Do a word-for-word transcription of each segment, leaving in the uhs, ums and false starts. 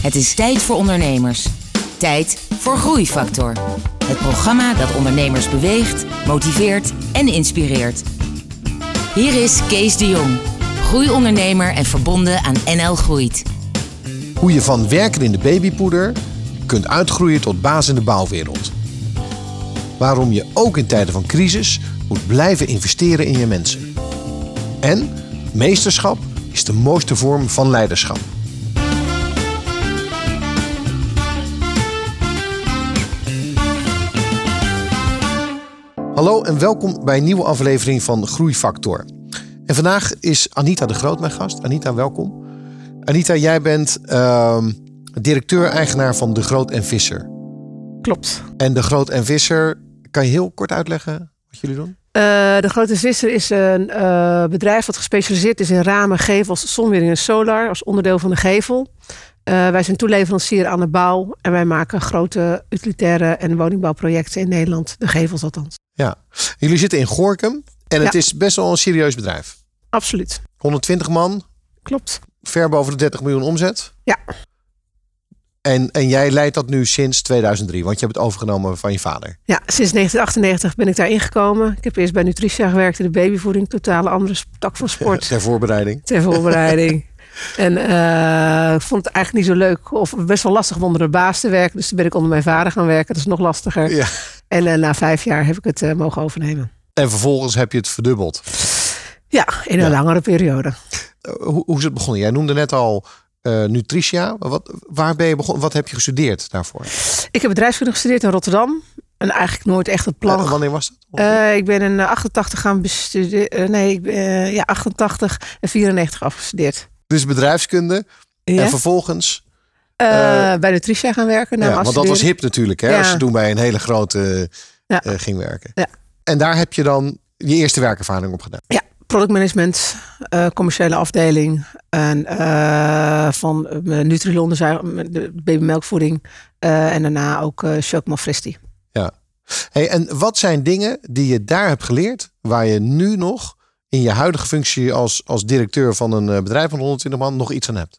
Het is tijd voor ondernemers. Tijd voor Groeifactor. Het programma dat ondernemers beweegt, motiveert en inspireert. Hier is Kees de Jong, groeiondernemer en verbonden aan N L Groeit. Hoe je van werken in de babypoeder kunt uitgroeien tot baas in de bouwwereld. Waarom je ook in tijden van crisis moet blijven investeren in je mensen. En meesterschap is de mooiste vorm van leiderschap. Hallo en welkom bij een nieuwe aflevering van Groeifactor. En vandaag is Anita de Groot mijn gast. Anita, welkom. Anita, jij bent uh, directeur-eigenaar van De Groot en Visser. Klopt. En De Groot en Visser, kan je heel kort uitleggen wat jullie doen? Uh, de Groot en Visser is een uh, bedrijf dat gespecialiseerd is in ramen, gevels, zonwering en solar als onderdeel van de gevel. Uh, wij zijn toeleverancier aan de bouw en wij maken grote utilitaire en woningbouwprojecten in Nederland. De gevels althans. Ja, jullie zitten in Gorinchem en het ja. is best wel een serieus bedrijf. Absoluut. honderdtwintig man. Klopt. Ver boven de dertig miljoen omzet. Ja. En, en jij leidt dat nu sinds tweeduizend drie, want je hebt het overgenomen van je vader. Ja, sinds negentien achtennegentig ben ik daar ingekomen. Ik heb eerst bij Nutricia gewerkt in de babyvoeding. Totale andere tak van sport. Ter voorbereiding. Ter voorbereiding. En uh, ik vond het eigenlijk niet zo leuk of best wel lastig om onder de baas te werken. Dus toen ben ik onder mijn vader gaan werken. Dat is nog lastiger. Ja. En uh, na vijf jaar heb ik het uh, mogen overnemen. En vervolgens heb je het verdubbeld. Ja, in een ja. langere periode. Uh, hoe, hoe is het begonnen? Jij noemde net al uh, Nutricia. Wat, waar ben je begonnen? Wat heb je gestudeerd daarvoor? Ik heb bedrijfskunde gestudeerd in Rotterdam. En eigenlijk nooit echt het plan. Uh, wanneer was dat? Uh, ik ben in achtentachtig gaan bestuderen. Uh, nee, uh, ja, achtentachtig en vierennegentig afgestudeerd. Dus bedrijfskunde. Ja. En vervolgens Uh, uh, bij Nutricia gaan werken. Ja, want dat was hip natuurlijk. Hè, ja. Als je toen bij een hele grote ja. uh, ging werken. Ja. En daar heb je dan je eerste werkervaring op gedaan. Ja, productmanagement, uh, commerciële afdeling. En uh, van uh, Nutrilon, de babymelkvoeding. Uh, en daarna ook uh, Chocomel Fristi. Ja. Hey, en wat zijn dingen die je daar hebt geleerd, waar je nu nog in je huidige functie als, als directeur van een bedrijf van honderdtwintig man nog iets aan hebt?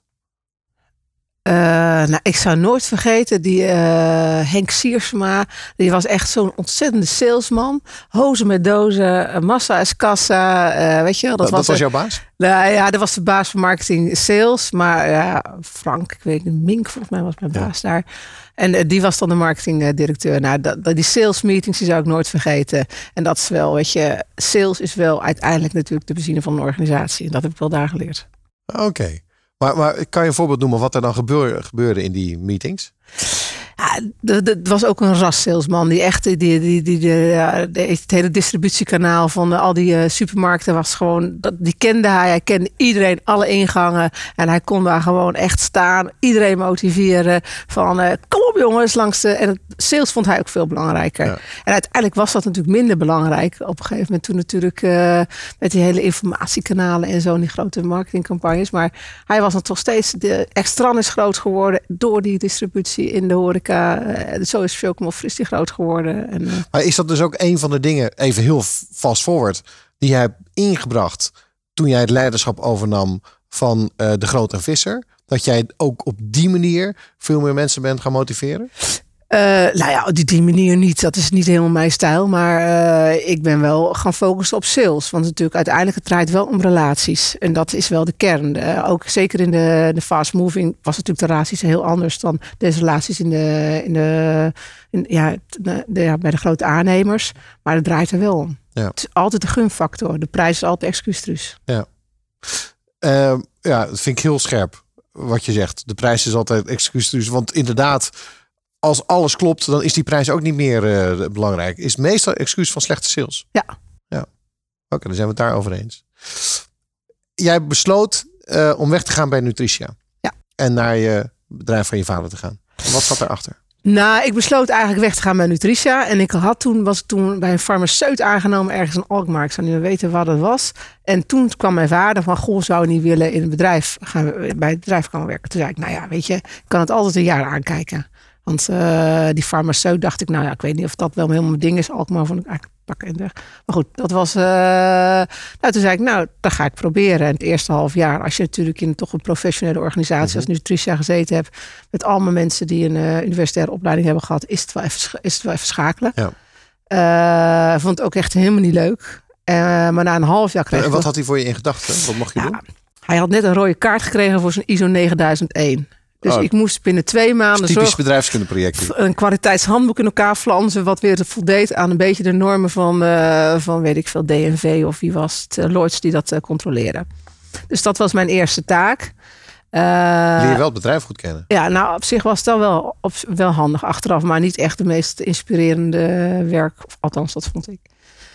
Uh, nou, ik zou nooit vergeten, die uh, Henk Siersma, die was echt zo'n ontzettende salesman. Hozen met dozen, massa is kassa, uh, weet je wel. Dat, dat was, was jouw baas? Nou ja, dat was de baas van marketing sales. Maar ja, uh, Frank, ik weet niet, Mink volgens mij was mijn ja. baas daar. En uh, die was dan de marketingdirecteur. Nou, dat, dat, die sales meetings, die zou ik nooit vergeten. En dat is wel, weet je, sales is wel uiteindelijk natuurlijk de benzine van een organisatie. En dat heb ik wel daar geleerd. Oké. Okay. Maar, maar kan je een voorbeeld noemen wat er dan gebeurde, gebeurde in die meetings? Ja, het was ook een ras-salesman die echt die, die, die, die, de, de, het hele distributiekanaal van de, al die uh, supermarkten was gewoon, dat, die kende hij. Hij kende iedereen, alle ingangen. En hij kon daar gewoon echt staan. Iedereen motiveren van uh, kom op jongens langs de. En het sales vond hij ook veel belangrijker. Ja. En uiteindelijk was dat natuurlijk minder belangrijk. Op een gegeven moment toen natuurlijk uh, met die hele informatiekanalen en zo, die grote marketingcampagnes. Maar hij was dan toch steeds, de extran is groot geworden door die distributie in de horeca. Uh, zo is Chocomel Fristi groot geworden. En, uh... Maar is dat dus ook een van de dingen, even heel fast forward, die jij hebt ingebracht toen jij het leiderschap overnam van uh, De Groot en Visser? Dat jij ook op die manier veel meer mensen bent gaan motiveren? Uh, nou ja, op die, die manier niet. Dat is niet helemaal mijn stijl. Maar uh, ik ben wel gaan focussen op sales. Want natuurlijk uiteindelijk het draait wel om relaties. En dat is wel de kern. Uh, ook zeker in de, de fast moving was natuurlijk de relaties heel anders dan deze relaties in de, in de, in, ja, de, de, ja, bij de grote aannemers. Maar het draait er wel om. Ja. Het is altijd de gunfactor. De prijs is altijd excuustruus. Ja. Uh, ja, dat vind ik heel scherp wat je zegt. De prijs is altijd excuustruus. Want inderdaad, als alles klopt, dan is die prijs ook niet meer uh, belangrijk. Is meestal excuus van slechte sales. Ja. Ja. Oké, okay, dan zijn we het daarover eens. Jij besloot uh, om weg te gaan bij Nutricia. Ja. En naar je bedrijf van je vader te gaan. Wat zat daarachter? Nou, ik besloot eigenlijk weg te gaan bij Nutricia. En ik had toen, was ik toen bij een farmaceut aangenomen ergens in Alkmaar. Ik zou niet meer weten wat het was. En toen kwam mijn vader van, goh, zou je niet willen in een bedrijf gaan, bij het bedrijf gaan werken? Toen zei ik, nou ja, weet je, ik kan het altijd een jaar aankijken. Want uh, die farmaceut dacht ik, nou ja, ik weet niet of dat wel helemaal mijn ding is. Alkmaar vond ik eigenlijk pakken. En weg. Maar goed, dat was... Uh, nou, toen zei ik, nou, dat ga ik proberen. En het eerste half jaar, als je natuurlijk in toch een professionele organisatie mm-hmm. als Nutricia gezeten hebt, met allemaal mensen die een uh, universitaire opleiding hebben gehad, is het wel even, is het wel even schakelen. Ja. Uh, vond het ook echt helemaal niet leuk. Uh, maar na een half jaar kreeg ik... En wat had hij voor je in gedachten? Wat mocht je ja, doen? Hij had net een rode kaart gekregen voor zijn I S O negen duizend één. Dus oh, ik moest binnen twee maanden... Typisch bedrijfskundeproject. Een kwaliteitshandboek in elkaar flansen, wat weer voldeed aan een beetje de normen van, uh, van weet ik veel, D N V of wie was het, uh, Lloyds die dat uh, controleren. Dus dat was mijn eerste taak. Uh, Leer je wel het bedrijf goed kennen? Ja, nou op zich was het dan wel, op, wel handig achteraf, maar niet echt de meest inspirerende werk. Althans, dat vond ik.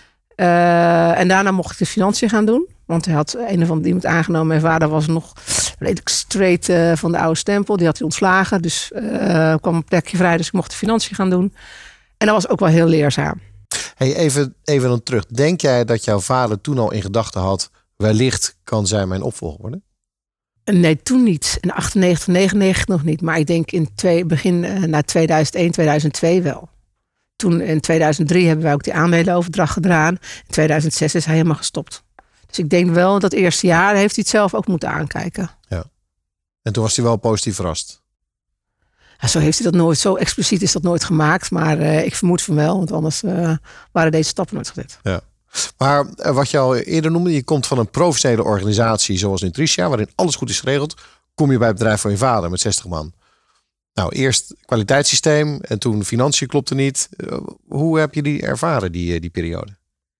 Uh, en daarna mocht ik de financiën gaan doen. Want hij had een of andere iemand aangenomen. Mijn vader was nog redelijk straight uh, van de oude stempel. Die had hij ontslagen. Dus uh, kwam een plekje vrij. Dus ik mocht de financiën gaan doen. En dat was ook wel heel leerzaam. Hey, even, even dan terug. Denk jij dat jouw vader toen al in gedachten had, wellicht kan zij mijn opvolger worden? Nee, toen niet. In achtennegentig, negenennegentig nog niet. Maar ik denk in twee, begin uh, na tweeduizend één, tweeduizend twee wel. Toen in tweeduizend drie hebben wij ook die aandelenoverdracht gedaan. In tweeduizend zes is hij helemaal gestopt. Dus ik denk wel dat eerste jaar heeft hij het zelf ook moeten aankijken. Ja. En toen was hij wel positief verrast. Ja, zo heeft hij dat nooit, zo expliciet is dat nooit gemaakt. Maar uh, ik vermoed van wel, want anders uh, waren deze stappen nooit gezet. Ja. Maar uh, wat je al eerder noemde, je komt van een professionele organisatie zoals Nutricia, waarin alles goed is geregeld. Kom je bij het bedrijf van je vader met zestig man. Nou, eerst kwaliteitssysteem en toen financiën klopte niet. Uh, hoe heb je die ervaren, die, die periode?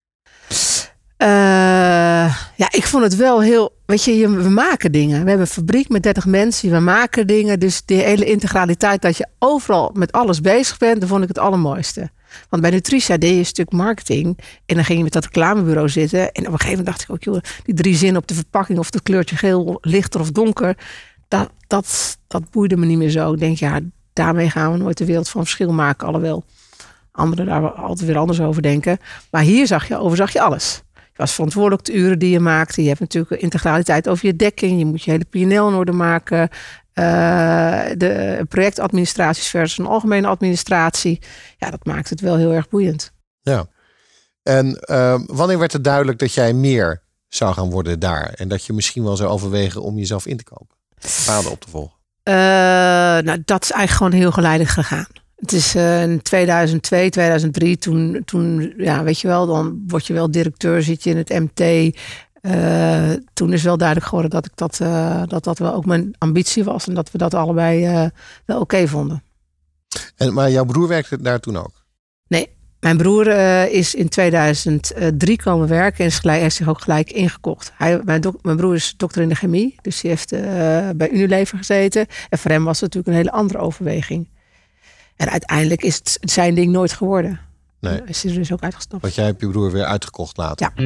Uh, ja, ik vond het wel heel... Weet je, we maken dingen. We hebben een fabriek met dertig mensen. We maken dingen. Dus die hele integraliteit dat je overal met alles bezig bent, dat vond ik het allermooiste. Want bij Nutricia deed je een stuk marketing. En dan ging je met dat reclamebureau zitten. En op een gegeven moment dacht ik ook, joh, die drie zinnen op de verpakking of het kleurtje geel, lichter of donker. Dat, dat, dat boeide me niet meer zo. Ik denk, ja, daarmee gaan we nooit de wereld van verschil maken. Alhoewel anderen daar altijd weer anders over denken. Maar hier zag je, overzag je alles. Je was verantwoordelijk de uren die je maakte. Je hebt natuurlijk integraliteit over je dekking. Je moet je hele P en L in orde maken. Uh, de projectadministraties versus een algemene administratie. Ja, dat maakt het wel heel erg boeiend. Ja. En uh, wanneer werd het duidelijk dat jij meer zou gaan worden daar? En dat je misschien wel zou overwegen om jezelf in te kopen? Paden op te volgen? Uh, nou, dat is eigenlijk gewoon heel geleidelijk gegaan. Het is uh, in tweeduizend twee, tweeduizend drie, toen, toen, ja, weet je wel, dan word je wel directeur, zit je in het M T. Uh, toen is wel duidelijk geworden dat ik dat, uh, dat dat wel ook mijn ambitie was en dat we dat allebei uh, wel oké okay vonden. En, maar jouw broer werkte daar toen ook? Nee, mijn broer uh, is in tweeduizend drie komen werken en is gelijk, heeft zich ook gelijk ingekocht. Hij, mijn, dok, mijn broer is dokter in de chemie, dus die heeft uh, bij Unilever gezeten. En voor hem was het natuurlijk een hele andere overweging. En uiteindelijk is het zijn ding nooit geworden. Nee. Is hij er dus ook uitgestapt. Want jij hebt je broer weer uitgekocht later. Ja.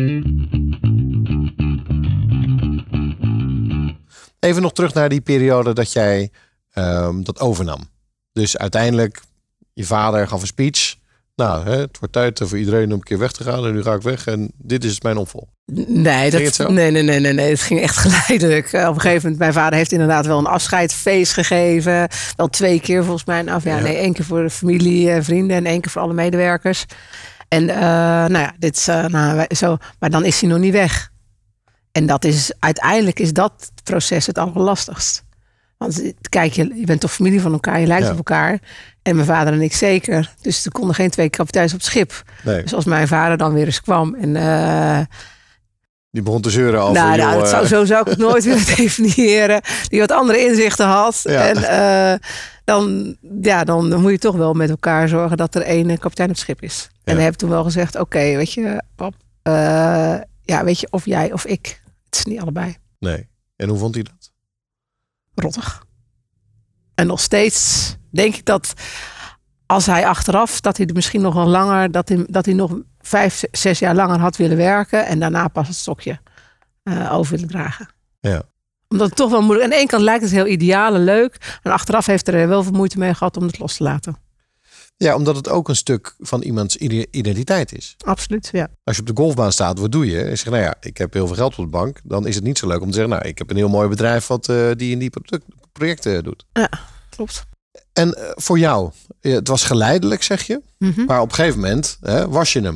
Even nog terug naar die periode dat jij um, dat overnam. Dus uiteindelijk, je vader gaf een speech. Nou, hè, het wordt tijd voor iedereen om een keer weg te gaan. En nu ga ik weg en dit is mijn opvolger. Nee, dat, nee, nee, nee, nee, nee, het ging echt geleidelijk. Op een gegeven moment, mijn vader heeft inderdaad wel een afscheidsfeest gegeven. Wel twee keer volgens mij. Nou, ja, ja. Nee, één keer voor de familie en vrienden en één keer voor alle medewerkers. En uh, nou ja, dit, uh, nou, zo, maar dan is hij nog niet weg. En dat is, uiteindelijk is dat proces het allerlastigst. Want kijk, je, je bent toch familie van elkaar, je lijkt ja. op elkaar. En mijn vader en ik zeker. Dus er konden geen twee kapiteins op het schip. Nee. Dus als mijn vader dan weer eens kwam en... Uh, die begon te zeuren over... Nou, joh, nou dat zou, zo zou ik het nooit willen definiëren. Die wat andere inzichten had. Ja. En uh, dan, ja, dan moet je toch wel met elkaar zorgen dat er één kapitein op het schip is. Ja. En dan heb ik toen wel gezegd, oké, okay, weet je, pap, uh, ja, weet je, of jij of ik. Het is niet allebei. Nee. En hoe vond hij dat? Rottig. En nog steeds denk ik dat als hij achteraf, dat hij er misschien nog wel langer, dat hij, dat hij nog vijf, zes jaar langer had willen werken en daarna pas het stokje uh, over willen dragen. Ja. Omdat het toch wel moeilijk. Aan de ene kant lijkt het heel ideaal en leuk. En achteraf heeft er wel veel moeite mee gehad om het los te laten. Ja, omdat het ook een stuk van iemands identiteit is. Absoluut, ja. Als je op de golfbaan staat, wat doe je? En je zegt, nou ja, ik heb heel veel geld op de bank. Dan is het niet zo leuk om te zeggen, nou, ik heb een heel mooi bedrijf wat uh, die in die product, projecten doet. Ja, klopt. En uh, voor jou, het was geleidelijk, zeg je. Mm-hmm. Maar op een gegeven moment hè, was je hem.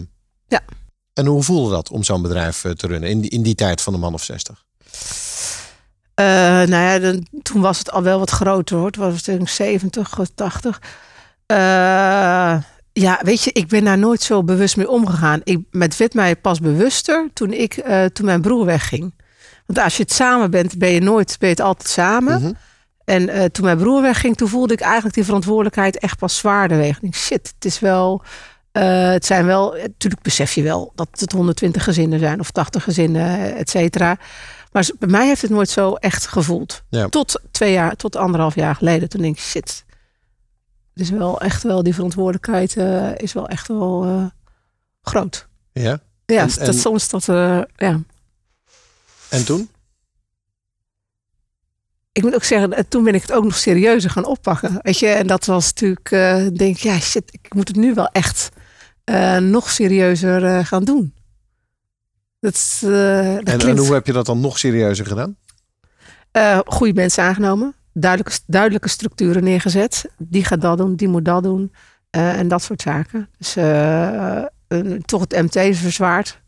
Ja. En hoe voelde dat om zo'n bedrijf te runnen in die, in die tijd van de man of zestig? Uh, nou ja, dan, toen was het al wel wat groter hoor. Het was denk ik zeventig, tachtig. Uh, ja, weet je, ik ben daar nooit zo bewust mee omgegaan. Ik, het werd mij pas bewuster toen, ik, uh, toen mijn broer wegging. Want als je het samen bent, ben je nooit, ben je het altijd samen. Mm-hmm. En uh, toen mijn broer wegging, toen voelde ik eigenlijk die verantwoordelijkheid echt pas zwaarder wegen. Ik denk, shit, het is wel... Uh, het zijn wel, natuurlijk besef je wel dat het honderdtwintig gezinnen zijn of tachtig gezinnen, et cetera. Maar bij mij heeft het nooit zo echt gevoeld. Ja. Tot twee jaar, tot anderhalf jaar geleden. Toen denk ik, shit. Het is wel echt wel, die verantwoordelijkheid uh, is wel echt wel uh, groot. Ja? Ja, en, dat en, soms dat, uh, ja. En toen? Ik moet ook zeggen, toen ben ik het ook nog serieuzer gaan oppakken. Weet je, en dat was natuurlijk, uh, denk ik, ja shit, ik moet het nu wel echt uh, nog serieuzer uh, gaan doen. Dat, uh, dat en, en hoe heb je dat dan nog serieuzer gedaan? Uh, goede mensen aangenomen. Duidelijke, duidelijke structuren neergezet. Die gaat dat doen, die moet dat doen. Uh, en dat soort zaken. Dus uh, uh, toch het M T verzwaard.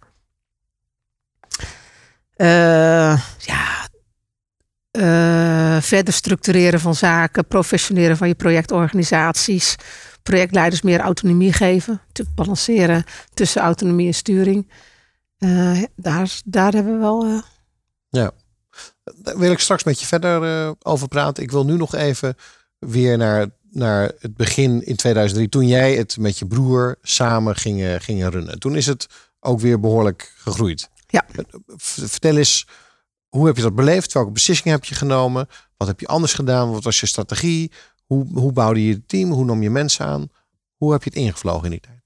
Uh, ja, uh, verder structureren van zaken. Professioneren van je projectorganisaties. Projectleiders meer autonomie geven. Natuurlijk balanceren tussen autonomie en sturing. Uh, daar, daar hebben we wel... Uh... Ja, daar wil ik straks met je verder uh, over praten. Ik wil nu nog even weer naar, naar het begin in tweeduizend drie. Toen jij het met je broer samen gingen, gingen runnen. Toen is het ook weer behoorlijk gegroeid. Ja. Vertel eens, hoe heb je dat beleefd? Welke beslissingen heb je genomen? Wat heb je anders gedaan? Wat was je strategie? Hoe, hoe bouwde je het team? Hoe nam je mensen aan? Hoe heb je het ingevlogen in die tijd?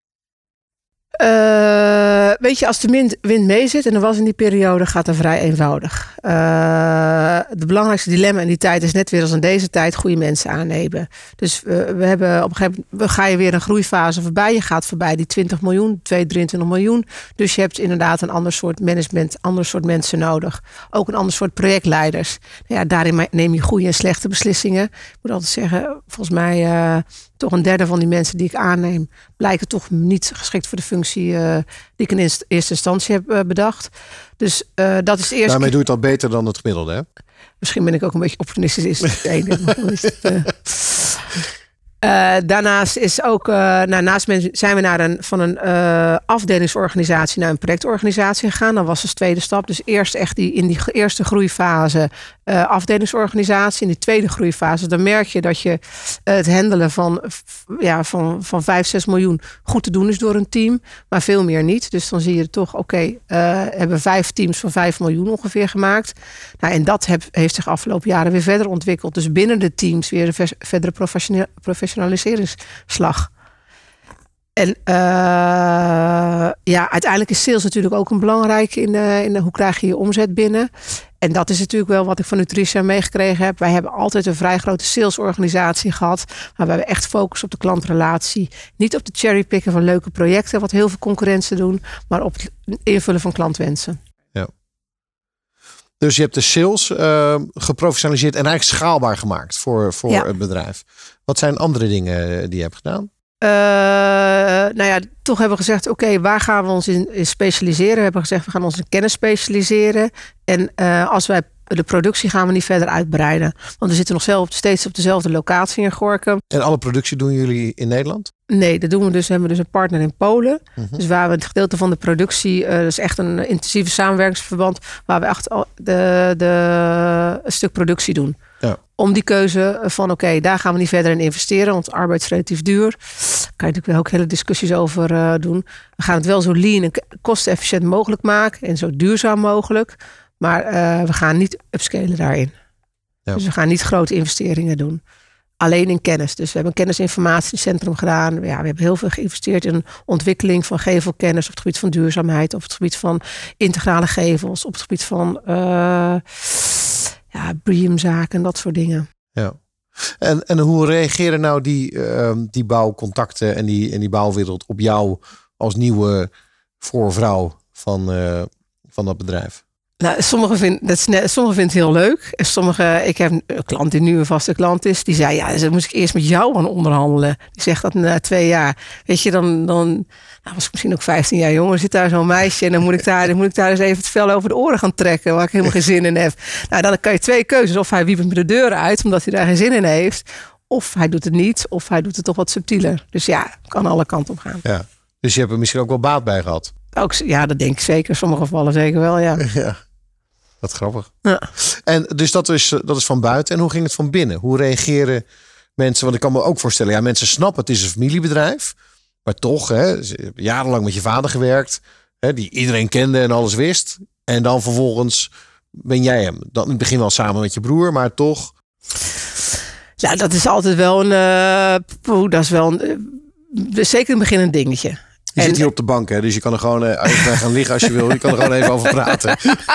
Uh, weet je, als de wind, wind mee zit, en dat was in die periode, gaat het vrij eenvoudig. Uh, de belangrijkste dilemma in die tijd is net weer als in deze tijd goede mensen aannemen. Dus uh, we hebben op een gegeven moment, ga je weer een groeifase voorbij. Je gaat voorbij die twintig miljoen, twee, drieëntwintig miljoen. Dus je hebt inderdaad een ander soort management, ander soort mensen nodig. Ook een ander soort projectleiders. Nou ja, daarin neem je goede en slechte beslissingen. Ik moet altijd zeggen, volgens mij... Uh, toch een derde van die mensen die ik aanneem blijken toch niet geschikt voor de functie uh, die ik in eerste instantie heb uh, bedacht. Dus uh, dat is eerst. Daarmee doe je het al beter dan het gemiddelde, hè? Misschien ben ik ook een beetje opportunistisch. Is het ene, is het, uh... Uh, daarnaast is ook, uh, nou, naast zijn we naar een, van een uh, afdelingsorganisatie naar een projectorganisatie gegaan. Dat was de tweede stap. Dus eerst echt die, in die eerste groeifase uh, afdelingsorganisatie. In die tweede groeifase, dan merk je dat je uh, het handelen van, ja, van, van vijf, zes miljoen goed te doen is door een team. Maar veel meer niet. Dus dan zie je toch, oké, okay, uh, hebben vijf teams van vijf miljoen ongeveer gemaakt. Nou, en dat heb, heeft zich afgelopen jaren weer verder ontwikkeld. Dus binnen de teams weer een vers, verdere professionele professionaliseringsslag. En uh, ja, uiteindelijk is sales natuurlijk ook een belangrijke in, de, in de, hoe krijg je je omzet binnen. En dat is natuurlijk wel wat ik van Nutricia meegekregen heb. Wij hebben altijd een vrij grote salesorganisatie gehad, waarbij we echt focussen op de klantrelatie. Niet op de cherrypicken van leuke projecten, wat heel veel concurrenten doen, maar op het invullen van klantwensen. Ja. Dus je hebt de sales uh, geprofessionaliseerd en eigenlijk schaalbaar gemaakt voor, voor ja. het bedrijf. Wat zijn andere dingen die je hebt gedaan? Uh, nou ja, toch hebben we gezegd, oké, okay, waar gaan we ons in, in specialiseren? We hebben gezegd, we gaan ons in kennis specialiseren. En uh, als wij de productie gaan we niet verder uitbreiden. Want we zitten nog zelf steeds op dezelfde locatie in Gorinchem. En alle productie doen jullie in Nederland? Nee, dat doen we dus. Hebben we dus een partner in Polen. Uh-huh. Dus waar we het gedeelte van de productie, uh, dat is echt een intensieve samenwerkingsverband, waar we echt de, de, een stuk productie doen. Ja. Om die keuze van oké, okay, daar gaan we niet verder in investeren, want arbeid is relatief duur. Daar kan je natuurlijk wel ook hele discussies over uh, doen. We gaan het wel zo lean en kostenefficiënt mogelijk maken en zo duurzaam mogelijk. Maar uh, we gaan niet upscalen daarin. Ja. Dus we gaan niet grote investeringen doen. Alleen in kennis. Dus we hebben een kennisinformatiecentrum gedaan. Ja, we hebben heel veel geïnvesteerd in ontwikkeling van gevelkennis op het gebied van duurzaamheid, op het gebied van integrale gevels, op het gebied van uh, ja, BREEAM-zaken en dat soort dingen. Ja. En, en hoe reageren nou die, uh, die bouwcontacten en die, en die bouwwereld op jou als nieuwe voorvrouw van, uh, van dat bedrijf? Nou, sommigen vinden dat is net, sommigen vinden het heel leuk. En sommigen, ik heb een klant die nu een vaste klant is, die zei, ja, dan moest ik eerst met jou aan onderhandelen. Die zegt dat na twee jaar. Weet je, dan, dan nou, was ik misschien ook vijftien jaar jonger, zit daar zo'n meisje en dan moet ik daar, dan moet ik daar eens even het vel over de oren gaan trekken, waar ik helemaal geen zin in heb. Nou, dan kan je twee keuzes. Of hij wiepert me de deur uit, omdat hij daar geen zin in heeft. Of hij doet het niet, of hij doet het toch wat subtieler. Dus ja, kan alle kanten op gaan. Ja. Dus je hebt er misschien ook wel baat bij gehad? Ook, ja, dat denk ik zeker. In sommige gevallen zeker wel, ja. Ja. Wat grappig. Ja. En dus dat is, dat is van buiten. En hoe ging het van binnen? Hoe reageren mensen? Want ik kan me ook voorstellen, ja, mensen snappen het is een familiebedrijf. Maar toch, hè, ze hebben jarenlang met je vader gewerkt. Hè, die iedereen kende en alles wist. En dan vervolgens ben jij hem. Dan in het begin wel samen met je broer, maar toch. Ja, dat is altijd wel een. Uh, poeh, dat is wel een. Uh, zeker in het begin een dingetje. Je en, zit hier op de bank, hè, dus je kan er gewoon uh, even gaan liggen als je wil. Je kan er gewoon even over praten.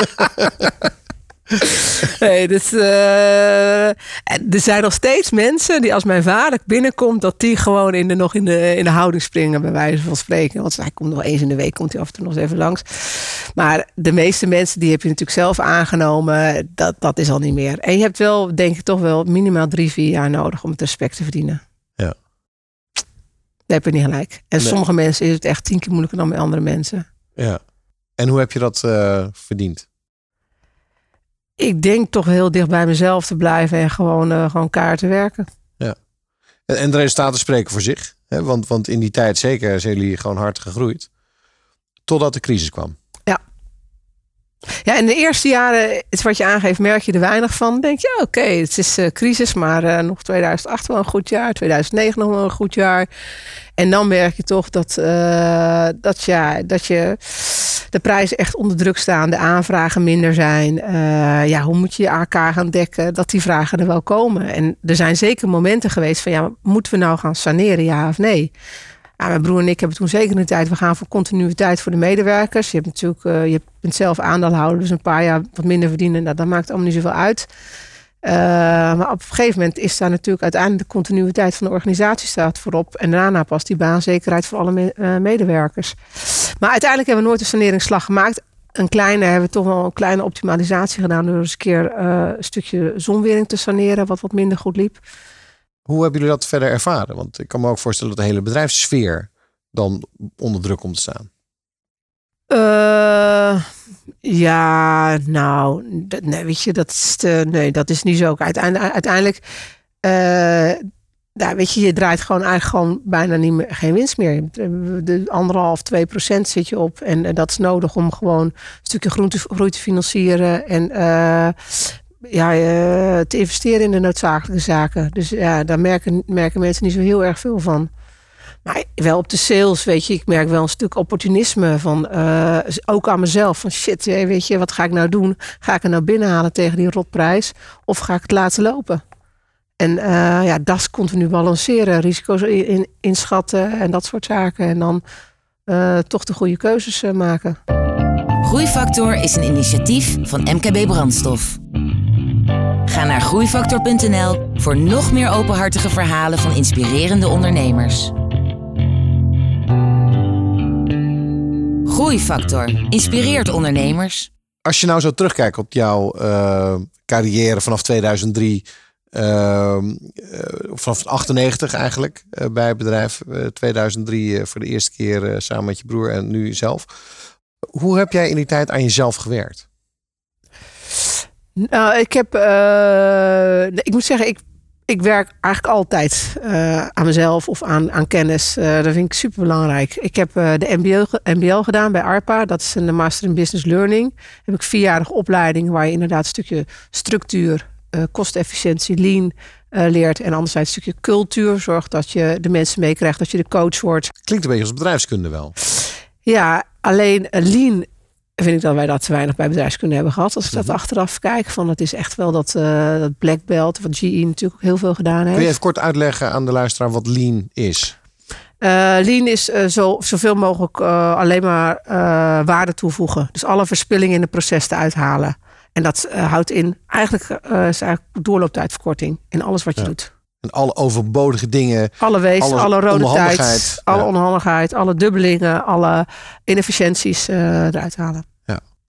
Nee, dus, uh, er zijn nog steeds mensen die als mijn vader binnenkomt, dat die gewoon in de, nog in de, in de houding springen, bij wijze van spreken. Want hij komt nog eens in de week, komt hij af en toe nog eens even langs. Maar de meeste mensen, die heb je natuurlijk zelf aangenomen, dat, dat is al niet meer. En je hebt wel, denk ik, toch wel minimaal drie, vier jaar nodig om het respect te verdienen. Ja. Daar heb je niet gelijk. En nee. Sommige mensen is het echt tien keer moeilijker dan bij andere mensen. Ja. En hoe heb je dat uh, verdiend? Ik denk toch heel dicht bij mezelf te blijven en gewoon, uh, gewoon kaart te werken. Ja. En, en de resultaten spreken voor zich. Hè? Want, want in die tijd zeker zijn jullie gewoon hard gegroeid. Totdat de crisis kwam. Ja. Ja, in de eerste jaren, is wat je aangeeft, merk je er weinig van. Dan denk je, ja, oké, okay, het is uh, crisis, maar uh, nog tweeduizend acht wel een goed jaar. tweeduizend negen nog wel een goed jaar. En dan merk je toch dat, uh, dat, ja, dat je de prijzen echt onder druk staan. De aanvragen minder zijn. Uh, ja, hoe moet je je A K gaan dekken? Dat die vragen er wel komen. En er zijn zeker momenten geweest van, ja, moeten we nou gaan saneren, ja of nee? Ja, mijn broer en ik hebben toen zeker in de tijd, we gaan voor continuïteit voor de medewerkers. Je hebt natuurlijk, uh, je bent zelf aandeelhouder, dus een paar jaar wat minder verdienen. Nou, dat maakt allemaal niet zoveel uit. Uh, maar op een gegeven moment is daar natuurlijk uiteindelijk de continuïteit van de organisatie staat voorop. En daarna pas die baanzekerheid voor alle me- uh, medewerkers. Maar uiteindelijk hebben we nooit een saneringsslag gemaakt. Een kleine, hebben we toch wel een kleine optimalisatie gedaan door eens een keer uh, een stukje zonwering te saneren, wat wat minder goed liep. Hoe hebben jullie dat verder ervaren? Want ik kan me ook voorstellen dat de hele bedrijfssfeer dan onder druk komt te staan. Uh, ja, nou, dat, nee, weet je, dat is, te, nee, dat is niet zo. Uiteindelijk, uiteindelijk uh, nou, weet je, je draait gewoon eigenlijk gewoon bijna niet meer, geen winst meer. De anderhalf, twee procent zit je op. En uh, dat is nodig om gewoon een stukje groei te, groei te financieren. En uh, ja, uh, te investeren in de noodzakelijke zaken. Dus ja, daar merken, merken mensen niet zo heel erg veel van. Maar wel op de sales, weet je, ik merk wel een stuk opportunisme van, uh, ook aan mezelf. Van shit, weet je, wat ga ik nou doen? Ga ik er nou binnenhalen tegen die rotprijs? Of ga ik het laten lopen? En uh, ja, dat is continu balanceren, risico's in, in, inschatten en dat soort zaken. En dan uh, toch de goede keuzes uh, maken. Groeifactor is een initiatief van M K B Brandstof. Ga naar groeifactor punt n l voor nog meer openhartige verhalen van inspirerende ondernemers. Groeifactor inspireert ondernemers. Als je nou zo terugkijkt op jouw uh, carrière vanaf tweeduizend drie, uh, uh, vanaf achtennegentig eigenlijk uh, bij het bedrijf, uh, tweeduizend drie uh, voor de eerste keer uh, samen met je broer en nu zelf. Hoe heb jij in die tijd aan jezelf gewerkt? Nou, ik heb, uh, ik moet zeggen, ik, ik werk eigenlijk altijd uh, aan mezelf of aan, aan kennis. Uh, dat vind ik super belangrijk. Ik heb uh, de M B L gedaan bij ARPA. Dat is een Master in Business Learning. Heb ik vierjarige opleiding waar je inderdaad een stukje structuur, uh, kostefficiëntie, lean uh, leert. En anderzijds een stukje cultuur. Zorgt dat je de mensen meekrijgt, dat je de coach wordt. Klinkt een beetje als bedrijfskunde wel. Ja, alleen uh, lean vind ik dat wij dat te weinig bij bedrijfskunde hebben gehad. Als ik dat Mm-hmm. achteraf kijk, van het is echt wel dat, uh, dat black belt, wat G E natuurlijk ook heel veel gedaan heeft. Kun je even kort uitleggen aan de luisteraar wat lean is? Uh, lean is uh, zo, zoveel mogelijk uh, alleen maar uh, waarde toevoegen. Dus alle verspillingen in het proces te uithalen. En dat uh, houdt in, eigenlijk uh, is eigenlijk doorlooptijdverkorting in alles wat je Ja. doet. En alle overbodige dingen. Alle wees, alle alle rode onhandigheid. tijd, alle Ja. onhandigheid, alle dubbelingen, alle inefficiënties uh, eruit halen. Ja.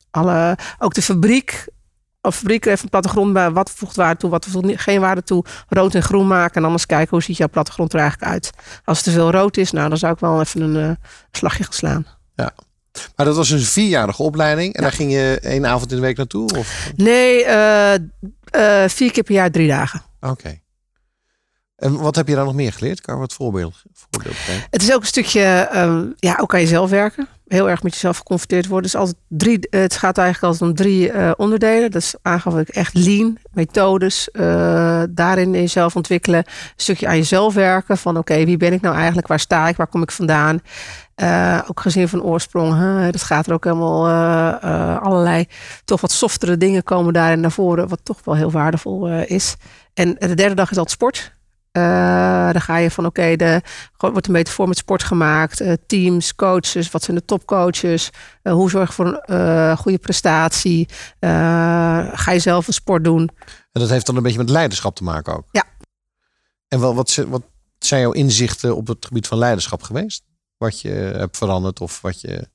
Alle, ook de fabriek. Of fabriek heeft een plattegrond bij wat voegt waarde toe, wat voegt geen waarde toe. Rood en groen maken en anders kijken hoe ziet jouw plattegrond er eigenlijk uit. Als het te veel rood is, nou dan zou ik wel even een uh, slagje gaan slaan. Ja. Maar dat was een vierjarige opleiding en ja. Daar ging je één avond in de week naartoe? Of? Nee, uh, uh, vier keer per jaar, drie dagen. Oké. Okay. En wat heb je daar nog meer geleerd? Kan je wat voorbeeld, voorbeeld geven? Het is ook een stukje, um, ja, ook aan jezelf werken. Heel erg met jezelf geconfronteerd worden. Dus altijd drie, het gaat eigenlijk altijd om drie uh, onderdelen. Dat is aangaf echt lean, methodes, uh, daarin in jezelf ontwikkelen. Een stukje aan jezelf werken. Van oké, okay, wie ben ik nou eigenlijk? Waar sta ik? Waar kom ik vandaan? Uh, ook gezien van oorsprong. Huh? Dat gaat er ook helemaal uh, uh, allerlei toch wat softere dingen komen daarin naar voren. Wat toch wel heel waardevol uh, is. En de derde dag is altijd sport. Uh, dan ga je van oké, okay, wordt een metafoor met sport gemaakt. Uh, teams, coaches, wat zijn de topcoaches? Uh, hoe zorg je voor een uh, goede prestatie? Uh, ga je zelf een sport doen? En dat heeft dan een beetje met leiderschap te maken ook? Ja. En wat, wat, wat zijn jouw inzichten op het gebied van leiderschap geweest? Wat je hebt veranderd of wat je...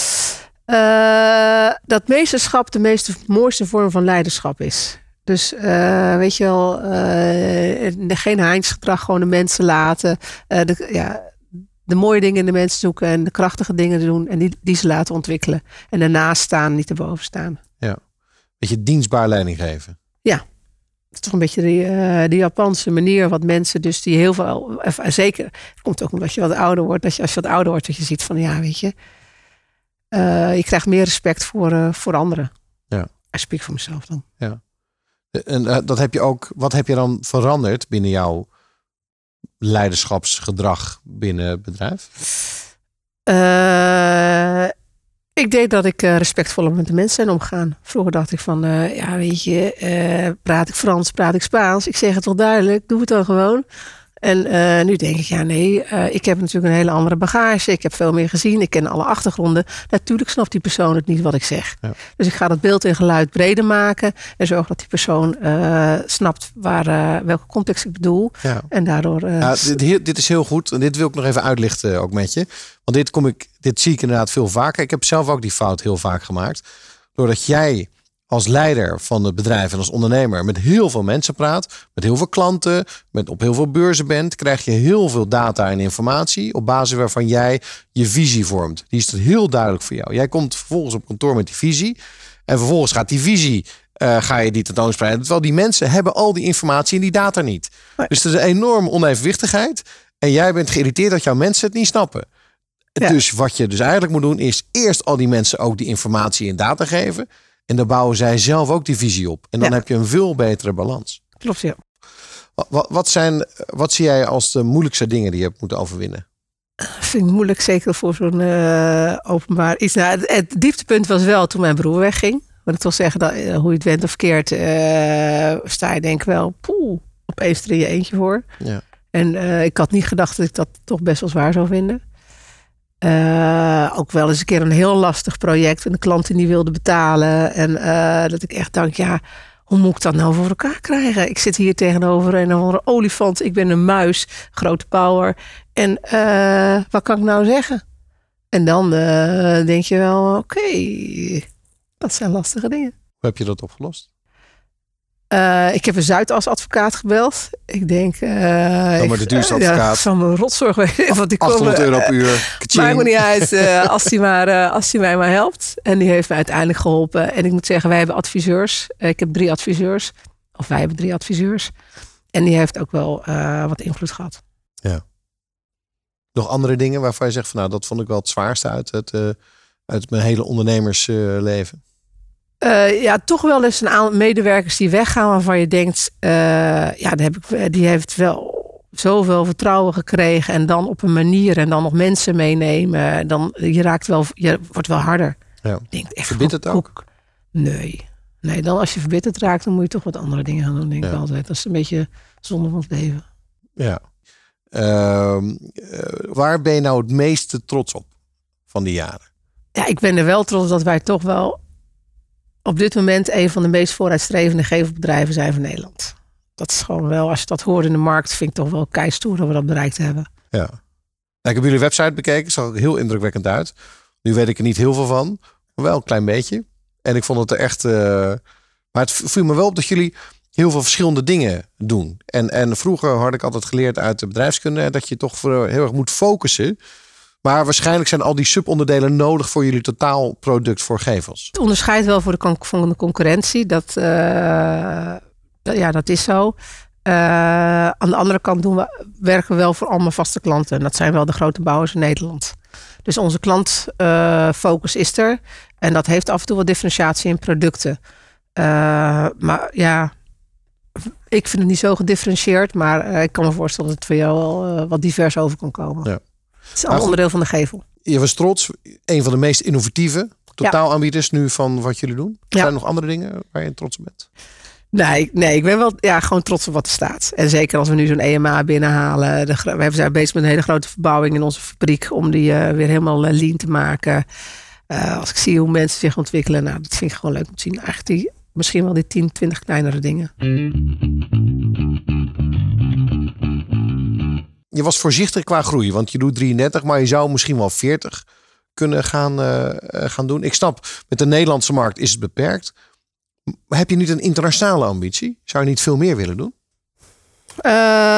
Uh, dat meesterschap de meest mooiste vorm van leiderschap is. Dus uh, weet je wel, uh, geen heinsgedrag, gewoon de mensen laten. Uh, de, ja, de mooie dingen in de mensen zoeken en de krachtige dingen doen. En die, die ze laten ontwikkelen. En daarnaast staan, niet erboven staan. Ja, beetje dienstbaar leiding geven. Ja, het is toch een beetje die, uh, die Japanse manier. Wat mensen dus die heel veel, uh, zeker, het komt ook omdat je wat ouder wordt. Dat je als je wat ouder wordt, dat je ziet van ja, weet je. Uh, je krijgt meer respect voor, uh, voor anderen. Ja. Ik spreek voor mezelf dan. Ja. En uh, dat heb je ook. Wat heb je dan veranderd binnen jouw leiderschapsgedrag binnen het bedrijf? Uh, ik denk dat ik uh, respectvoller met de mensen ben omgaan. Vroeger dacht ik van, uh, ja weet je, uh, praat ik Frans, praat ik Spaans. Ik zeg het wel duidelijk, doe het dan gewoon. En uh, nu denk ik, ja nee, uh, ik heb natuurlijk een hele andere bagage. Ik heb veel meer gezien, ik ken alle achtergronden. Natuurlijk snapt die persoon het niet wat ik zeg. Ja. Dus ik ga dat beeld en geluid breder maken. En zorg dat die persoon uh, snapt waar, uh, welke context ik bedoel. Ja. En daardoor... Uh, ja, dit, dit is heel goed. En dit wil ik nog even uitlichten ook met je. Want dit, kom ik, dit zie ik inderdaad veel vaker. Ik heb zelf ook die fout heel vaak gemaakt. Doordat jij... als leider van het bedrijf en als ondernemer met heel veel mensen praat, met heel veel klanten, met op heel veel beurzen bent, krijg je heel veel data en informatie op basis waarvan jij je visie vormt. Die is er heel duidelijk voor jou. Jij komt vervolgens op kantoor met die visie en vervolgens gaat die visie, uh, ga je die tentoonspreiden. Terwijl die mensen hebben al die informatie en die data niet. Nee. Dus er is een enorme onevenwichtigheid en jij bent geïrriteerd dat jouw mensen het niet snappen. Ja. Dus wat je dus eigenlijk moet doen is eerst al die mensen ook die informatie en data geven. En dan bouwen zij zelf ook die visie op. En dan ja. heb je een veel betere balans. Klopt, ja. Wat, wat, zijn, wat zie jij als de moeilijkste dingen die je hebt moeten overwinnen? Dat vind ik moeilijk, zeker voor zo'n uh, openbaar iets. Nou, het, het dieptepunt was wel toen mijn broer wegging. Want ik wil zeggen, dat, uh, hoe je het went of keert, uh, sta je denk ik wel poeh, opeens er in je eentje voor. Ja. En uh, ik had niet gedacht dat ik dat toch best wel zwaar zou vinden. Uh, ook wel eens een keer een heel lastig project en de klant die niet wilde betalen. En uh, dat ik echt dacht, ja, hoe moet ik dat nou voor elkaar krijgen? Ik zit hier tegenover een of andere olifant. Ik ben een muis, grote power. En uh, wat kan ik nou zeggen? En dan uh, denk je wel, oké, okay, dat zijn lastige dingen. Hoe heb je dat opgelost? Uh, ik heb een Zuidas-advocaat gebeld. Ik denk... Uh, oh, maar de duurste advocaat. Ja, van mijn rotzorg weten. Want die achthonderd euro per uur. Maakt me niet uit uh, als hij maar, uh, als hij mij maar helpt. En die heeft mij uiteindelijk geholpen. En ik moet zeggen, wij hebben adviseurs. Uh, ik heb drie adviseurs. Of wij hebben drie adviseurs. En die heeft ook wel uh, wat invloed gehad. Ja. Nog andere dingen waarvan je zegt van nou, dat vond ik wel het zwaarste uit, het, uh, uit mijn hele ondernemersleven? Uh, Uh, ja, toch wel eens een aantal medewerkers die weggaan waarvan je denkt, uh, ja, die, heb ik, die heeft wel zoveel vertrouwen gekregen en dan op een manier en dan nog mensen meenemen. Dan je raakt wel, je wordt wel harder. Ja. Denkt echt, verbitterd ook? ook? Nee. Nee, dan als je verbitterd raakt, dan moet je toch wat andere dingen gaan doen, denk ja. ik altijd. Dat is een beetje zonde van het leven. Ja. Uh, uh, waar ben je nou het meeste trots op van die jaren? Ja, ik ben er wel trots op dat wij toch wel op dit moment een van de meest vooruitstrevende gevelbedrijven zijn van Nederland. Dat is gewoon wel, als je dat hoort in de markt, vind ik toch wel keistoer dat we dat bereikt hebben. Ja. Nou, ik heb jullie website bekeken, zag er heel indrukwekkend uit. Nu weet ik er niet heel veel van, maar wel een klein beetje. En ik vond het er echt... Uh, maar het viel me wel op dat jullie heel veel verschillende dingen doen. En, en vroeger had ik altijd geleerd uit de bedrijfskunde dat je toch voor heel erg moet focussen. Maar waarschijnlijk zijn al die subonderdelen nodig voor jullie totaalproduct voor gevels. Het onderscheidt wel voor de, con- van de concurrentie. Dat, uh, ja, dat is zo. Uh, aan de andere kant doen we, werken we wel voor allemaal vaste klanten. En dat zijn wel de grote bouwers in Nederland. Dus onze klantfocus uh, is er. En dat heeft af en toe wat differentiatie in producten. Uh, maar ja, ik vind het niet zo gedifferentieerd. Maar uh, ik kan me voorstellen dat het voor jou wel uh, wat divers over kan komen. Ja. Het is een onderdeel van de gevel. Je was trots. Een van de meest innovatieve totaalaanbieders nu van wat jullie doen. Zijn ja. er nog andere dingen waar je trots op bent? Nee, nee, ik ben wel ja, gewoon trots op wat er staat. En zeker als we nu zo'n E M A binnenhalen. De, we zijn bezig met een hele grote verbouwing in onze fabriek. Om die uh, weer helemaal uh, lean te maken. Uh, als ik zie hoe mensen zich ontwikkelen. Nou, dat vind ik gewoon leuk om te zien. Eigenlijk die, misschien wel die tien, twintig kleinere dingen. Je was voorzichtig qua groei. Want je doet drieëndertig, maar je zou misschien wel veertig kunnen gaan, uh, gaan doen. Ik snap, met de Nederlandse markt is het beperkt. Heb je niet een internationale ambitie? Zou je niet veel meer willen doen? Uh,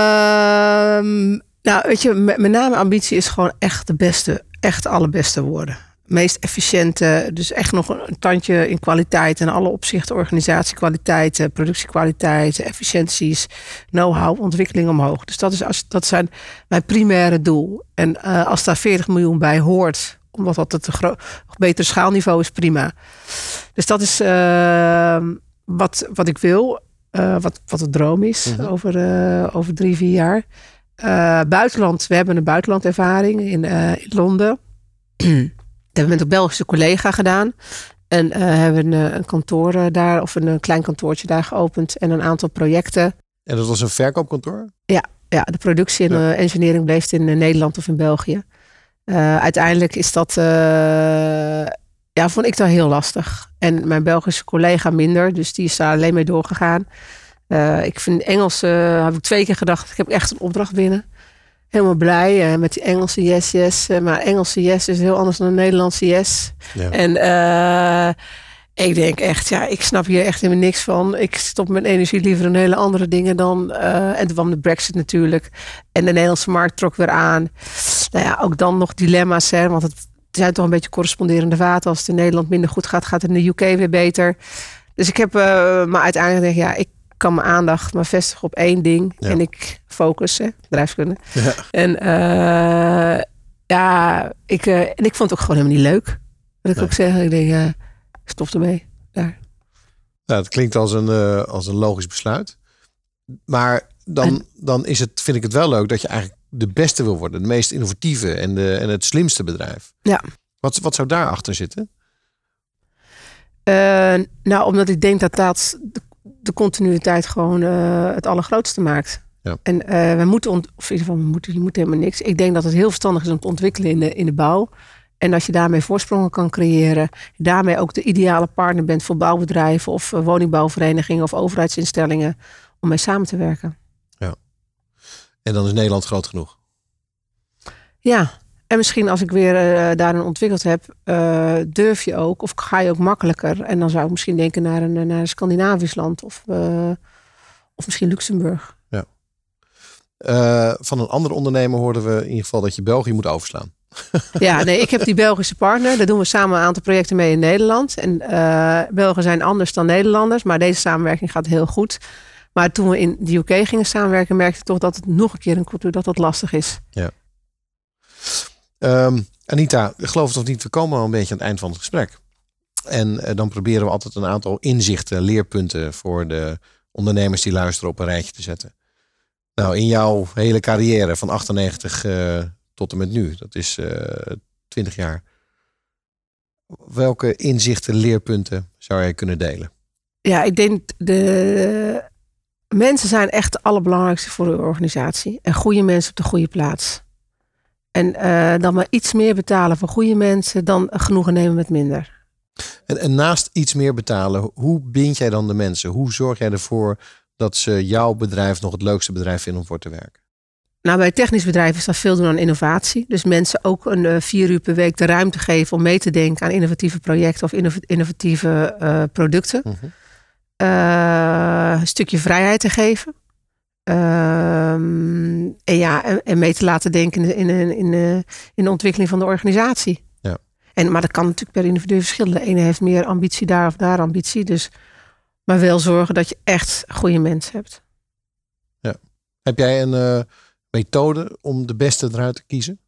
nou, weet je, met, met name ambitie is gewoon echt de beste, echt de allerbeste worden. Meest efficiënte, dus echt nog een, een tandje in kwaliteit en alle opzichten, organisatiekwaliteit, productiekwaliteit, efficiënties, know-how, ontwikkeling omhoog. Dus dat, is, als, dat zijn mijn primaire doel. En uh, als daar veertig miljoen bij hoort, omdat dat het een gro- beter schaalniveau is, prima. Dus dat is uh, wat, wat ik wil. Uh, wat, wat de droom is mm-hmm. over, uh, over drie, vier jaar. Uh, buitenland, we hebben een buitenlandervaring in, uh, in Londen. Dat hebben we met een Belgische collega gedaan. En uh, hebben een, een kantoor uh, daar, of een, een klein kantoortje daar geopend. En een aantal projecten. En dat was een verkoopkantoor? Ja, ja de productie en ja. uh, engineering bleef in uh, Nederland of in België. Uh, uiteindelijk is dat, uh, ja, vond ik dat heel lastig. En mijn Belgische collega minder, dus die is daar alleen mee doorgegaan. Uh, ik vind Engels, uh, heb ik twee keer gedacht, ik heb echt een opdracht binnen. Helemaal blij uh, met die Engelse yes, yes. Uh, maar Engelse yes is heel anders dan een Nederlandse yes. Ja. En uh, ik denk echt, ja, ik snap hier echt helemaal niks van. Ik stop mijn energie liever in hele andere dingen dan. Uh, en toen kwam de Brexit natuurlijk. En de Nederlandse markt trok weer aan. Nou ja, ook dan nog dilemma's, hè, want het zijn toch een beetje corresponderende vaten. Als het in Nederland minder goed gaat, gaat het in de U K weer beter. Dus ik heb, uh, maar uiteindelijk denk ik, ja, ik kan mijn aandacht maar vestigen op één ding. Ja. En ik focus, hè, bedrijfskunde. Ja. En uh, ja, ik, uh, en ik vond het ook gewoon helemaal niet leuk. Wat ik nee. ook zeg, ik denk, uh, ik stop ermee. Daar. Nou, het klinkt als een, uh, als een logisch besluit. Maar dan, en, dan is het, vind ik het wel leuk dat je eigenlijk de beste wil worden. De meest innovatieve en, de, en het slimste bedrijf. Ja. Wat, wat zou daarachter zitten? Uh, nou, omdat ik denk dat dat de, de continuïteit gewoon uh, het allergrootste maakt. Ja. En uh, we moeten, ont- of in ieder geval, we moeten, je moet helemaal niks. Ik denk dat het heel verstandig is om te ontwikkelen in de, in de bouw. En als je daarmee voorsprongen kan creëren, daarmee ook de ideale partner bent voor bouwbedrijven of uh, woningbouwverenigingen of overheidsinstellingen om mee samen te werken. Ja. En dan is Nederland groot genoeg. Ja. En misschien als ik weer uh, daarin ontwikkeld heb, uh, durf je ook, of ga je ook makkelijker. En dan zou ik misschien denken naar een, naar een Scandinavisch land of, uh, of misschien Luxemburg. Ja. Uh, van een andere ondernemer hoorden we in ieder geval dat je België moet overslaan. Ja, nee, ik heb die Belgische partner. Daar doen we samen een aantal projecten mee in Nederland. En uh, Belgen zijn anders dan Nederlanders, maar deze samenwerking gaat heel goed. Maar toen we in de U K gingen samenwerken, merkte ik toch dat het nog een keer een cultuur dat dat lastig is. Ja. Um, Anita, geloof het of niet, we komen al een beetje aan het eind van het gesprek. En uh, dan proberen we altijd een aantal inzichten, leerpunten voor de ondernemers die luisteren op een rijtje te zetten. Nou, in jouw hele carrière van achtennegentig uh, tot en met nu, dat is uh, twintig jaar. Welke inzichten, leerpunten zou jij kunnen delen? Ja, ik denk de mensen zijn echt het allerbelangrijkste voor de organisatie. En goede mensen op de goede plaats. En uh, dan maar iets meer betalen voor goede mensen dan genoegen nemen met minder. En, en naast iets meer betalen, hoe bind jij dan de mensen? Hoe zorg jij ervoor dat ze jouw bedrijf nog het leukste bedrijf vinden om voor te werken? Nou, bij technisch bedrijven is dat veel doen aan innovatie. Dus mensen ook een uh, vier uur per week de ruimte geven om mee te denken aan innovatieve projecten of innov- innovatieve uh, producten. Mm-hmm. Uh, een stukje vrijheid te geven. Uh, en ja, en, en mee te laten denken in, in, in, in, uh, in de ontwikkeling van de organisatie. Ja. En, maar dat kan natuurlijk per individu verschillen. De ene heeft meer ambitie daar of daar ambitie. Dus, maar wel zorgen dat je echt goede mensen hebt. Ja. Heb jij een uh, methode om de beste eruit te kiezen?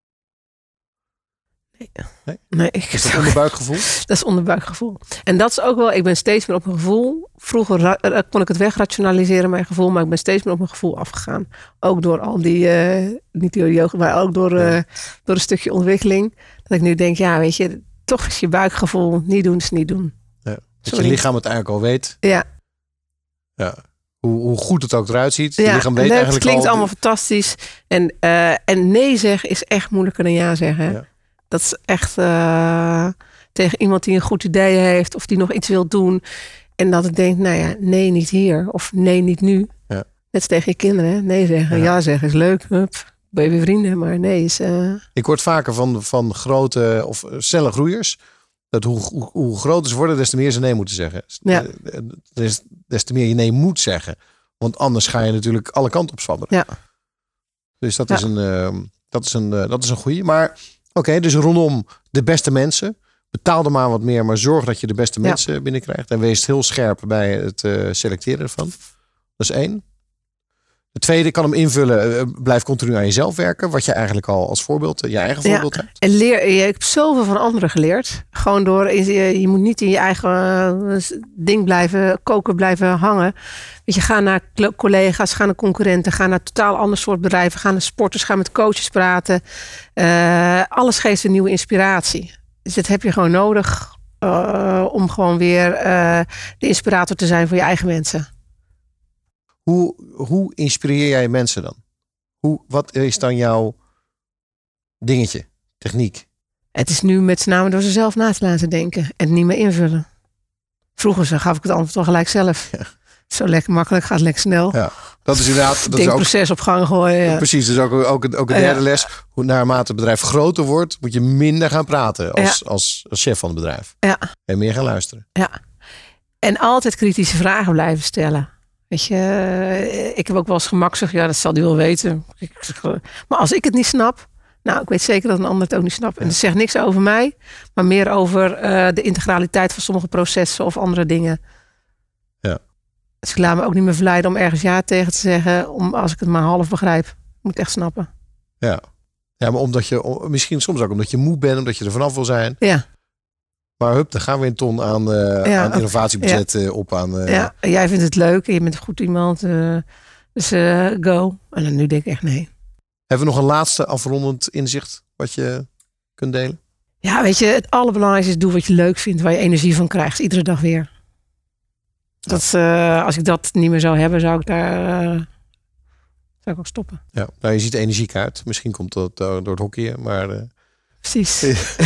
Nee. Nee? Nee ik is dat onderbuikgevoel? Dat is onderbuikgevoel. En dat is ook wel, ik ben steeds meer op mijn gevoel. Vroeger ra- kon ik het wegrationaliseren, mijn gevoel. Maar ik ben steeds meer op mijn gevoel afgegaan. Ook door al die, uh, niet door yoga, maar ook door, uh, ja. door een stukje ontwikkeling. Dat ik nu denk, ja weet je, toch is je buikgevoel niet doen is niet doen. Ja. Dat je lichaam het eigenlijk al weet. Ja. Ja. Hoe, hoe goed het ook eruit ziet. Ja, je lichaam weet leuk, eigenlijk het klinkt al... allemaal fantastisch. En, uh, en nee zeggen is echt moeilijker dan ja zeggen. Hè? Ja. Dat is echt uh, tegen iemand die een goed idee heeft of die nog iets wil doen. En dat ik denk, nou ja, nee, niet hier. Of nee, niet nu. Ja. Net als tegen je kinderen. Hè? Nee zeggen, ja, ja zeggen is leuk. Hup, ben je weer vrienden, maar nee is... Uh... Ik hoor vaker van, van grote of snelle groeiers. Dat hoe, hoe, hoe groter ze worden, des te meer ze nee moeten zeggen. Ja. Des, des te meer je nee moet zeggen. Want anders ga je natuurlijk alle kanten op zwabberen. Ja. Dus dat, ja. is een, uh, dat, is een, uh, dat is een goeie. Maar oké, okay, dus rondom de beste mensen. Betaal er maar wat meer, maar zorg dat je de beste mensen ja. binnenkrijgt. En wees heel scherp bij het uh, selecteren ervan. Dat is één. De tweede, kan hem invullen. Uh, blijf continu aan jezelf werken. Wat je eigenlijk al als voorbeeld, uh, je eigen voorbeeld ja. hebt. En leer, je hebt zoveel van anderen geleerd. Gewoon door, je, je moet niet in je eigen uh, ding blijven, koken blijven hangen. Weet je, ga naar collega's, ga naar concurrenten, ga naar totaal ander soort bedrijven, ga naar sporters, ga met coaches praten. Uh, alles geeft een nieuwe inspiratie. Dus dat heb je gewoon nodig uh, om gewoon weer uh, de inspirator te zijn voor je eigen mensen. Hoe, hoe inspireer jij mensen dan? Hoe, wat is dan jouw dingetje, techniek? Het is nu met z'n name door ze zelf na te laten denken en niet meer invullen. Vroeger gaf ik het antwoord al gelijk zelf. Ja. Zo lekker makkelijk, gaat lekker snel. Ja, dat is inderdaad. Dat Denkproces is ook, op gang gooien. Ja. Precies, dus ook, ook, ook een derde ja. les. Hoe naarmate het bedrijf groter wordt, moet je minder gaan praten als, ja. als, als chef van het bedrijf. Ja. En meer gaan luisteren. Ja. En altijd kritische vragen blijven stellen. Weet je, ik heb ook wel eens gemakkelijk, ja, dat zal hij wel weten. Maar als ik het niet snap, nou, ik weet zeker dat een ander het ook niet snapt. En dat zegt niks over mij, maar meer over uh, de integraliteit van sommige processen of andere dingen. Ja. Dus ik laat me ook niet meer verleiden om ergens ja tegen te zeggen, om, als ik het maar half begrijp. Ik moet het echt snappen. Ja. Ja, maar omdat je, misschien soms ook omdat je moe bent, omdat je er vanaf wil zijn. Ja. Maar hup, dan gaan we een ton aan, uh, ja, aan innovatiebudget ja. op aan. Uh... Ja, jij vindt het leuk en je bent goed iemand. Uh, dus uh, go. En dan nu denk ik echt nee. Hebben we nog een laatste afrondend inzicht wat je kunt delen? Ja, weet je, het allerbelangrijkste is doe wat je leuk vindt, waar je energie van krijgt. Iedere dag weer. Dat, uh, als ik dat niet meer zou hebben, zou ik daar uh, zou ik ook stoppen. Ja, nou, je ziet energiek uit. Misschien komt dat uh, door het hockeyen, maar... Uh... Precies.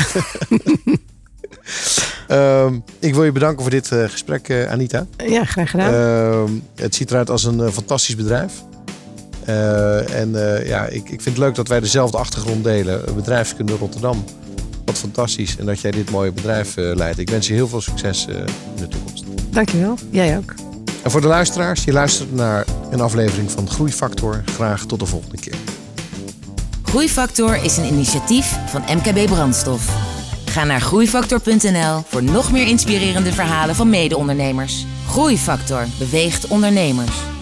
Um, ik wil je bedanken voor dit uh, gesprek, uh, Anita. Ja, graag gedaan. Uh, het ziet eruit als een uh, fantastisch bedrijf. Uh, en uh, ja, ik, ik vind het leuk dat wij dezelfde achtergrond delen. Bedrijfskunde Rotterdam. Wat fantastisch. En dat jij dit mooie bedrijf uh, leidt. Ik wens je heel veel succes uh, in de toekomst. Dankjewel. Jij ook. En voor de luisteraars, je luistert naar een aflevering van Groeifactor. Graag tot de volgende keer. Groeifactor is een initiatief van M K B Brandstof. Ga naar groeifactor punt n l voor nog meer inspirerende verhalen van mede-ondernemers. Groeifactor beweegt ondernemers.